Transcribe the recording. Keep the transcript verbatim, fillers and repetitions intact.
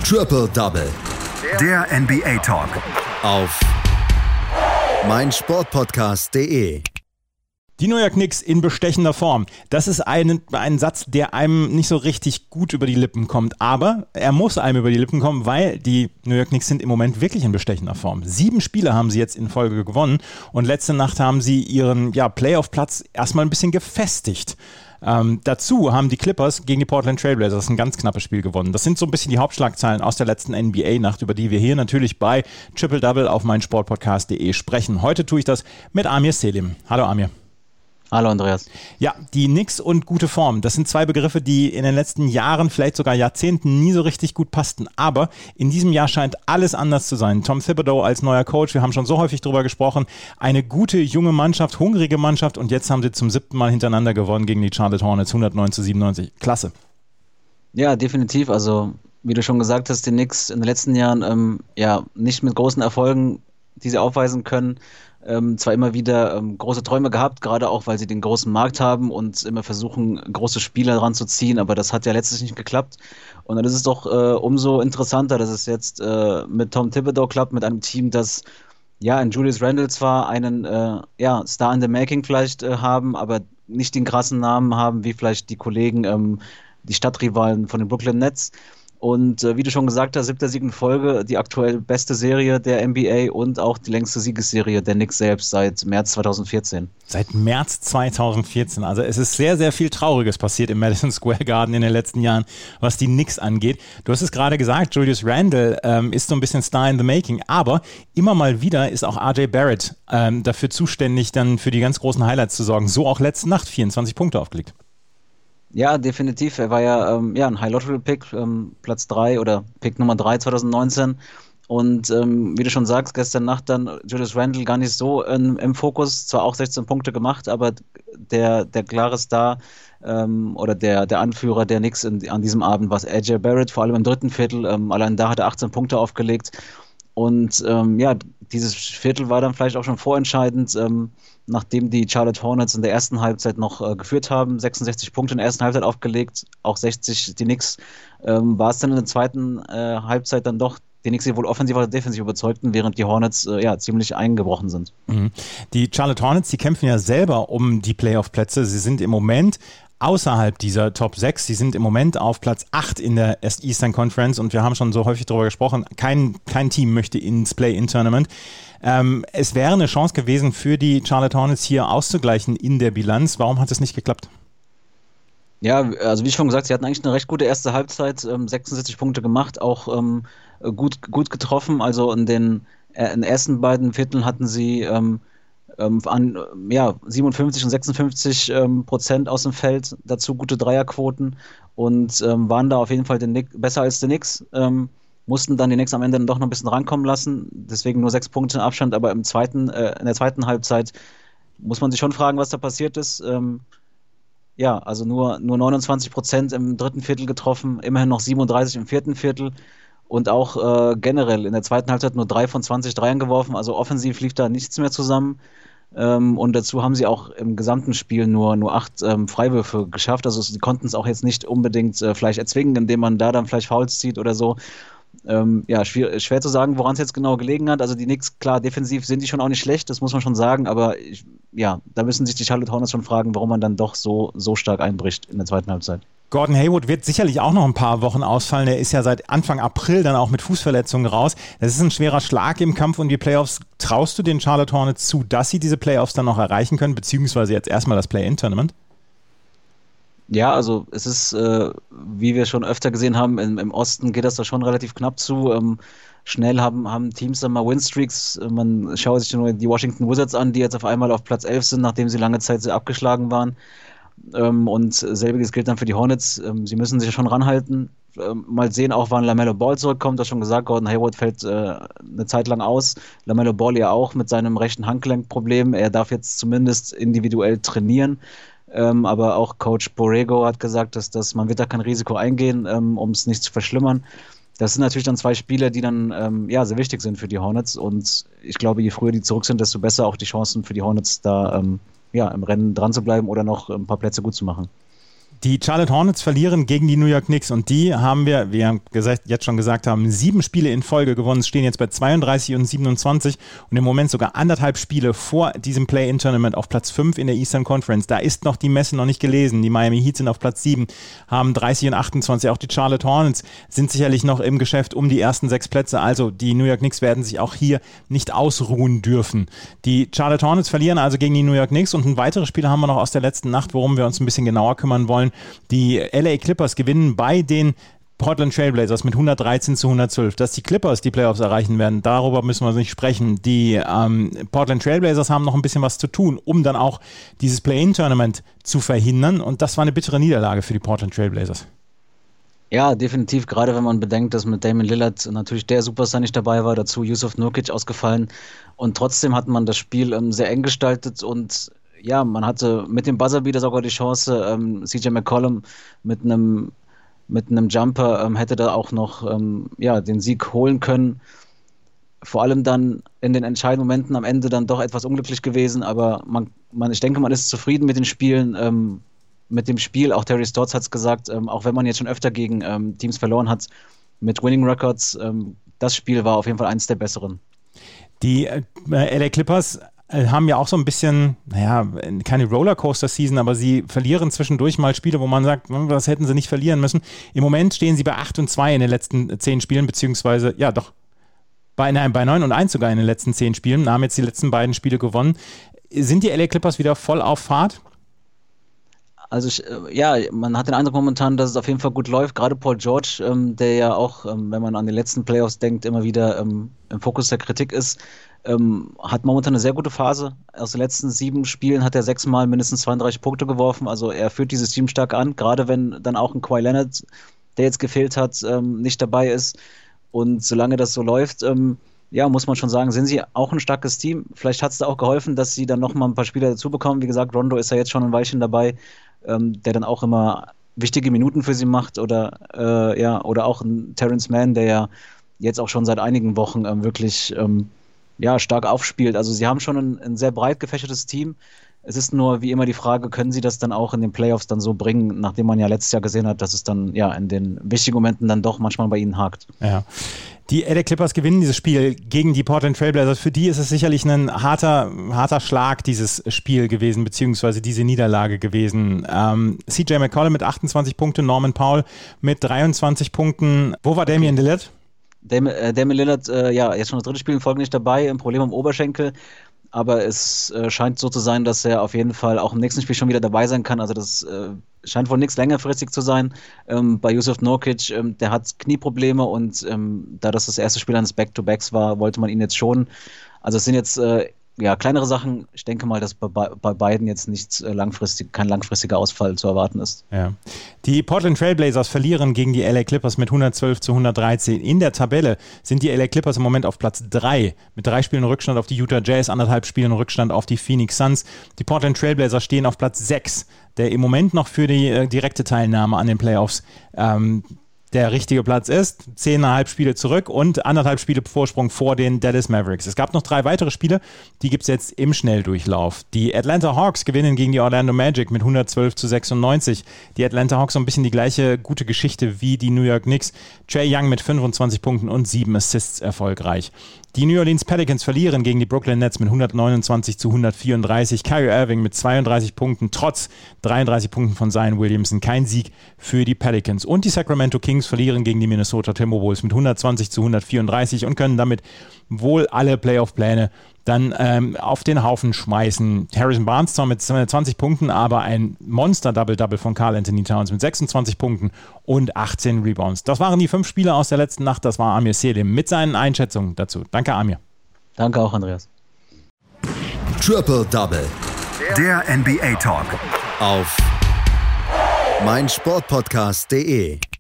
Triple Double. Der N B A Talk. Auf meinsportpodcast punkt de. Die New York Knicks in bestechender Form. Das ist ein, ein Satz, der einem nicht so richtig gut über die Lippen kommt. Aber er muss einem über die Lippen kommen, weil die New York Knicks sind im Moment wirklich in bestechender Form. Sieben Spiele haben sie jetzt in Folge gewonnen und letzte Nacht haben sie ihren ja, Playoff-Platz erstmal ein bisschen gefestigt. Ähm, dazu haben die Clippers gegen die Portland Trail Blazers ein ganz knappes Spiel gewonnen. Das sind so ein bisschen die Hauptschlagzeilen aus der letzten N B A-Nacht, über die wir hier natürlich bei Triple Double auf meinsportpodcast punkt de sprechen. Heute tue ich das mit Amir Selim. Hallo Amir. Hallo Andreas. Ja, die Knicks und gute Form, das sind zwei Begriffe, die in den letzten Jahren, vielleicht sogar Jahrzehnten nie so richtig gut passten. Aber in diesem Jahr scheint alles anders zu sein. Tom Thibodeau als neuer Coach, wir haben schon so häufig drüber gesprochen, eine gute, junge Mannschaft, hungrige Mannschaft und jetzt haben sie zum siebten Mal hintereinander gewonnen gegen die Charlotte Hornets, hundertneun zu siebenundneunzig. Klasse. Ja, definitiv. Also wie du schon gesagt hast, die Knicks in den letzten Jahren ähm, ja nicht mit großen Erfolgen, die sie aufweisen können. Ähm, zwar immer wieder ähm, große Träume gehabt, gerade auch, weil sie den großen Markt haben und immer versuchen, große Spieler ranzuziehen, aber das hat ja letztlich nicht geklappt. Und dann ist es doch äh, umso interessanter, dass es jetzt äh, mit Tom Thibodeau klappt, mit einem Team, das ja in Julius Randle zwar einen äh, ja, Star in the Making vielleicht äh, haben, aber nicht den krassen Namen haben, wie vielleicht die Kollegen, ähm, die Stadtrivalen von den Brooklyn Nets. Und äh, wie du schon gesagt hast, siebter Sieg in Folge, die aktuell beste Serie der N B A und auch die längste Siegesserie der Knicks selbst seit März zweitausendvierzehn. Seit März zweitausendvierzehn. Also es ist sehr, sehr viel Trauriges passiert im Madison Square Garden in den letzten Jahren, was die Knicks angeht. Du hast es gerade gesagt, Julius Randle ähm, ist so ein bisschen Star in the Making, aber immer mal wieder ist auch R J Barrett ähm, dafür zuständig, dann für die ganz großen Highlights zu sorgen. So auch letzte Nacht vierundzwanzig Punkte aufgelegt. Ja, definitiv. Er war ja, ähm, ja ein High-Lottery-Pick, ähm, Platz drei oder Pick Nummer drei zweitausendneunzehn. Und ähm, wie du schon sagst, gestern Nacht dann Julius Randle gar nicht so in, im Fokus, zwar auch sechzehn Punkte gemacht, aber der, der klare Star ähm, oder der, der Anführer der Knicks in, an diesem Abend war R J Barrett, vor allem im dritten Viertel. Ähm, allein da hat er achtzehn Punkte aufgelegt. Und ähm, ja, dieses Viertel war dann vielleicht auch schon vorentscheidend, ähm, nachdem die Charlotte Hornets in der ersten Halbzeit noch äh, geführt haben, sechsundsechzig Punkte in der ersten Halbzeit aufgelegt, auch sechzig die Knicks, ähm, war es dann in der zweiten äh, Halbzeit dann doch die Knicks, die wohl offensiv oder defensiv überzeugten, während die Hornets äh, ja ziemlich eingebrochen sind. Mhm. Die Charlotte Hornets, die kämpfen ja selber um die Playoff-Plätze. Sie sind im Moment außerhalb dieser Top sechs. Sie sind im Moment auf Platz acht in der Eastern Conference und wir haben schon so häufig darüber gesprochen, kein, kein Team möchte ins Play-In-Tournament. Ähm, es wäre eine Chance gewesen für die Charlotte Hornets hier auszugleichen in der Bilanz. Warum hat es nicht geklappt? Ja, also wie schon gesagt, sie hatten eigentlich eine recht gute erste Halbzeit, ähm, sechsundsiebzig Punkte gemacht, auch ähm, gut, gut getroffen. Also in den, äh, in den ersten beiden Vierteln hatten sie ähm, an ja, siebenundfünfzig und sechsundfünfzig ähm, Prozent aus dem Feld, dazu gute Dreierquoten und ähm, waren da auf jeden Fall den Nick, besser als die Knicks, ähm, mussten dann die Knicks am Ende dann doch noch ein bisschen rankommen lassen, deswegen nur sechs Punkte Abstand, aber im zweiten, äh, in der zweiten Halbzeit muss man sich schon fragen, was da passiert ist. Ähm, ja, also nur, nur neunundzwanzig Prozent im dritten Viertel getroffen, immerhin noch siebenunddreißig im vierten Viertel. Und auch äh, generell in der zweiten Halbzeit nur drei von zwanzig Dreiern geworfen, also offensiv lief da nichts mehr zusammen. Ähm, und dazu haben sie auch im gesamten Spiel nur, nur acht ähm, Freiwürfe geschafft. Also sie konnten es auch jetzt nicht unbedingt äh, vielleicht erzwingen, indem man da dann vielleicht Fouls zieht oder so. Ähm, ja, schwer, schwer zu sagen, woran es jetzt genau gelegen hat. Also die Knicks, klar, defensiv sind die schon auch nicht schlecht, das muss man schon sagen, aber ich, ja, da müssen sich die Charlotte Hornets schon fragen, warum man dann doch so, so stark einbricht in der zweiten Halbzeit. Gordon Hayward wird sicherlich auch noch ein paar Wochen ausfallen. Er ist ja seit Anfang April dann auch mit Fußverletzungen raus. Das ist ein schwerer Schlag im Kampf um die Playoffs. Traust du den Charlotte Hornets zu, dass sie diese Playoffs dann noch erreichen können, beziehungsweise jetzt erstmal das Play-In-Tournament? Ja, also es ist, äh, wie wir schon öfter gesehen haben, im, im Osten geht das da schon relativ knapp zu. Ähm, schnell haben, haben Teams dann mal Winstreaks. Man schaut sich nur die Washington Wizards an, die jetzt auf einmal auf Platz elf sind, nachdem sie lange Zeit sehr abgeschlagen waren. Ähm, und selbiges gilt dann für die Hornets. Ähm, sie müssen sich schon ranhalten. Ähm, mal sehen auch, wann LaMelo Ball zurückkommt. Das schon gesagt, Gordon Hayward fällt äh, eine Zeit lang aus. LaMelo Ball ja auch mit seinem rechten Handgelenkproblem. Er darf jetzt zumindest individuell trainieren. Ähm, aber auch Coach Borrego hat gesagt, dass, dass man wird da kein Risiko eingehen, ähm, um es nicht zu verschlimmern. Das sind natürlich dann zwei Spieler, die dann ähm, ja, sehr wichtig sind für die Hornets. Und ich glaube, je früher die zurück sind, desto besser auch die Chancen für die Hornets da ähm, ja, im Rennen dran zu bleiben oder noch ein paar Plätze gut zu machen. Die Charlotte Hornets verlieren gegen die New York Knicks und die haben wir, wie wir gesagt, jetzt schon gesagt haben, sieben Spiele in Folge gewonnen, stehen jetzt bei zweiunddreißig und siebenundzwanzig und im Moment sogar anderthalb Spiele vor diesem Play-In-Tournament auf Platz fünf in der Eastern Conference. Da ist noch die Messe noch nicht gelesen. Die Miami Heat sind auf Platz sieben, haben dreißig und achtundzwanzig. Auch die Charlotte Hornets sind sicherlich noch im Geschäft um die ersten sechs Plätze. Also die New York Knicks werden sich auch hier nicht ausruhen dürfen. Die Charlotte Hornets verlieren also gegen die New York Knicks und ein weiteres Spiel haben wir noch aus der letzten Nacht, worum wir uns ein bisschen genauer kümmern wollen. Die L A Clippers gewinnen bei den Portland Trailblazers mit hundertdreizehn zu hundertzwölf. Dass die Clippers die Playoffs erreichen werden, darüber müssen wir nicht sprechen. Die ähm, Portland Trailblazers haben noch ein bisschen was zu tun, um dann auch dieses Play-In-Tournament zu verhindern. Und das war eine bittere Niederlage für die Portland Trailblazers. Ja, definitiv, gerade wenn man bedenkt, dass mit Damian Lillard natürlich der Superstar nicht dabei war, dazu Jusuf Nurkic ausgefallen. Und trotzdem hat man das Spiel ähm, sehr eng gestaltet und ja, man hatte mit dem Buzzerbeater sogar die Chance, ähm, C J McCollum mit einem mit einem Jumper ähm, hätte da auch noch ähm, ja, den Sieg holen können. Vor allem dann in den entscheidenden Momenten am Ende dann doch etwas unglücklich gewesen, aber man, man, ich denke, man ist zufrieden mit den Spielen, ähm, mit dem Spiel. Auch Terry Stotts hat es gesagt, ähm, auch wenn man jetzt schon öfter gegen ähm, Teams verloren hat mit Winning Records, ähm, das Spiel war auf jeden Fall eins der besseren. Die äh, L A Clippers haben ja auch so ein bisschen, naja, keine Rollercoaster-Season, aber sie verlieren zwischendurch mal Spiele, wo man sagt, das hätten sie nicht verlieren müssen. Im Moment stehen sie bei acht und zwei in den letzten zehn Spielen, beziehungsweise, ja doch, bei, nein, bei neun und eins sogar in den letzten zehn Spielen, haben jetzt die letzten beiden Spiele gewonnen. Sind die L A Clippers wieder voll auf Fahrt? Also ich, ja, man hat den Eindruck momentan, dass es auf jeden Fall gut läuft. Gerade Paul George, ähm, der ja auch, ähm, wenn man an die letzten Playoffs denkt, immer wieder ähm, im Fokus der Kritik ist, ähm, hat momentan eine sehr gute Phase. Aus den letzten sieben Spielen hat er sechsmal mindestens zweiunddreißig Punkte geworfen. Also er führt dieses Team stark an, gerade wenn dann auch ein Kawhi Leonard, der jetzt gefehlt hat, ähm, nicht dabei ist. Und solange das so läuft, ähm, ja, muss man schon sagen, sind sie auch ein starkes Team. Vielleicht hat es da auch geholfen, dass sie dann nochmal ein paar Spieler dazu bekommen. Wie gesagt, Rondo ist ja jetzt schon ein Weilchen dabei, ähm, der dann auch immer wichtige Minuten für sie macht. Oder, äh, ja, oder auch ein Terrence Mann, der ja jetzt auch schon seit einigen Wochen ähm, wirklich ähm, ja, stark aufspielt. Also sie haben schon ein, ein sehr breit gefächertes Team. Es ist nur wie immer die Frage, können sie das dann auch in den Playoffs dann so bringen, nachdem man ja letztes Jahr gesehen hat, dass es dann ja in den wichtigen Momenten dann doch manchmal bei ihnen hakt. Ja. Die L A Clippers gewinnen dieses Spiel gegen die Portland Trailblazers. Für die ist es sicherlich ein harter, harter Schlag, dieses Spiel gewesen, beziehungsweise diese Niederlage gewesen. Ähm, C J McCollum mit achtundzwanzig Punkten, Norman Powell mit dreiundzwanzig Punkten. Wo war Damian Lillard? Dam- äh, Damian Lillard, äh, ja, jetzt schon das dritte Spiel in Folge nicht dabei, ein Problem am Oberschenkel. Aber es äh, scheint so zu sein, dass er auf jeden Fall auch im nächsten Spiel schon wieder dabei sein kann. Also das äh, scheint wohl nichts längerfristig zu sein. Ähm, bei Jusuf Nurkic, ähm, der hat Knieprobleme und ähm, da das das erste Spiel eines Back-to-Backs war, wollte man ihn jetzt schonen. Also es sind jetzt äh, ja, kleinere Sachen. Ich denke mal, dass bei, bei beiden jetzt nichts äh, langfristig, kein langfristiger Ausfall zu erwarten ist. Ja. Die Portland Trailblazers verlieren gegen die L A Clippers mit hundertzwölf zu hundertdreizehn. In der Tabelle sind die L A Clippers im Moment auf Platz drei mit drei Spielen Rückstand auf die Utah Jazz, anderthalb Spielen Rückstand auf die Phoenix Suns. Die Portland Trailblazers stehen auf Platz sechs, der im Moment noch für die äh, direkte Teilnahme an den Playoffs ähm, der richtige Platz ist. Zehneinhalb Spiele zurück und anderthalb Spiele Vorsprung vor den Dallas Mavericks. Es gab noch drei weitere Spiele, die gibt es jetzt im Schnelldurchlauf. Die Atlanta Hawks gewinnen gegen die Orlando Magic mit hundertzwölf zu sechsundneunzig. Die Atlanta Hawks so ein bisschen die gleiche gute Geschichte wie die New York Knicks. Trae Young mit fünfundzwanzig Punkten und sieben Assists erfolgreich. Die New Orleans Pelicans verlieren gegen die Brooklyn Nets mit hundertneunundzwanzig zu hundertvierunddreißig. Kyrie Irving mit zweiunddreißig Punkten, trotz dreiunddreißig Punkten von Zion Williamson. Kein Sieg für die Pelicans. Und die Sacramento Kings verlieren gegen die Minnesota Timberwolves mit hundertzwanzig zu hundertvierunddreißig und können damit wohl alle Playoff-Pläne dann ähm, auf den Haufen schmeißen. Harrison Barnes zwar mit zwanzig Punkten, aber ein Monster-Double-Double von Karl Anthony Towns mit sechsundzwanzig Punkten und achtzehn Rebounds. Das waren die fünf Spiele aus der letzten Nacht. Das war Amir Selim mit seinen Einschätzungen dazu. Danke, Amir. Danke auch, Andreas. Triple Double. Der N B A Talk. Auf meinsportpodcast punkt de.